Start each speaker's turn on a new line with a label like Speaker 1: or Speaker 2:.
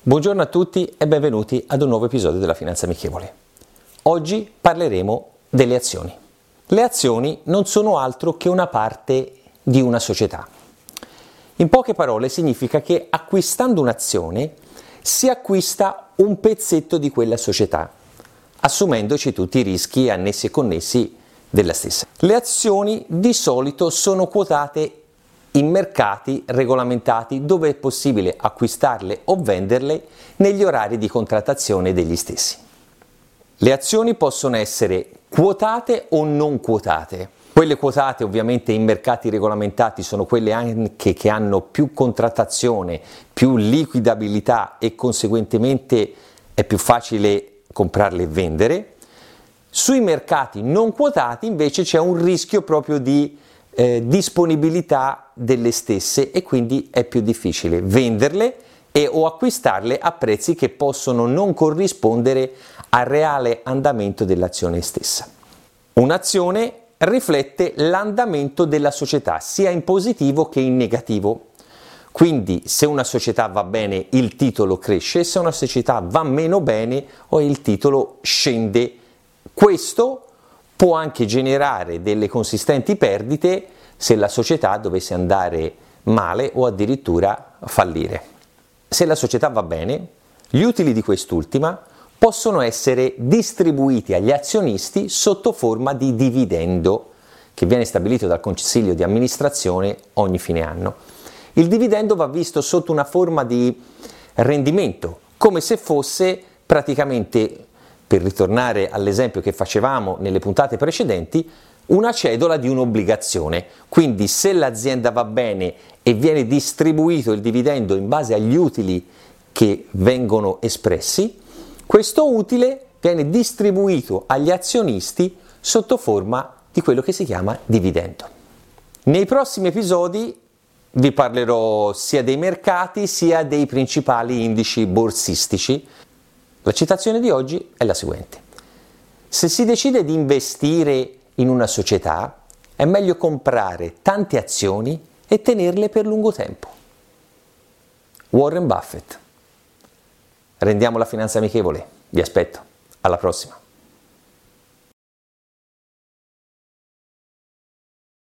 Speaker 1: Buongiorno a tutti e benvenuti ad un nuovo episodio della Finanza Amichevole. Oggi parleremo delle azioni. Le azioni non sono altro che una parte di una società. In poche parole significa che acquistando un'azione si acquista un pezzetto di quella società, assumendoci tutti i rischi annessi e connessi della stessa. Le azioni di solito sono quotate in mercati regolamentati dove è possibile acquistarle o venderle negli orari di contrattazione degli stessi. Le azioni possono essere quotate o non quotate. Quelle quotate ovviamente in mercati regolamentati sono quelle anche che hanno più contrattazione, più liquidabilità e conseguentemente è più facile comprarle e vendere. Sui mercati non quotati invece c'è un rischio proprio di disponibilità delle stesse e quindi è più difficile venderle o acquistarle a prezzi che possono non corrispondere al reale andamento dell'azione stessa. Un'azione riflette l'andamento della società sia in positivo che in negativo. Quindi se una società va bene il titolo cresce, se una società va meno bene o il titolo scende. Questo può anche generare delle consistenti perdite se la società dovesse andare male o addirittura fallire. Se la società va bene, gli utili di quest'ultima possono essere distribuiti agli azionisti sotto forma di dividendo che viene stabilito dal consiglio di amministrazione ogni fine anno. Il dividendo va visto sotto una forma di rendimento, come se fosse praticamente, per ritornare all'esempio che facevamo nelle puntate precedenti, una cedola di un'obbligazione. Quindi se l'azienda va bene e viene distribuito il dividendo in base agli utili che vengono espressi, questo utile viene distribuito agli azionisti sotto forma di quello che si chiama dividendo. Nei prossimi episodi vi parlerò sia dei mercati sia dei principali indici borsistici. La citazione di oggi è la seguente: se si decide di investire in una società, è meglio comprare tante azioni e tenerle per lungo tempo. Warren Buffett. Rendiamo la finanza amichevole. Vi aspetto. Alla prossima.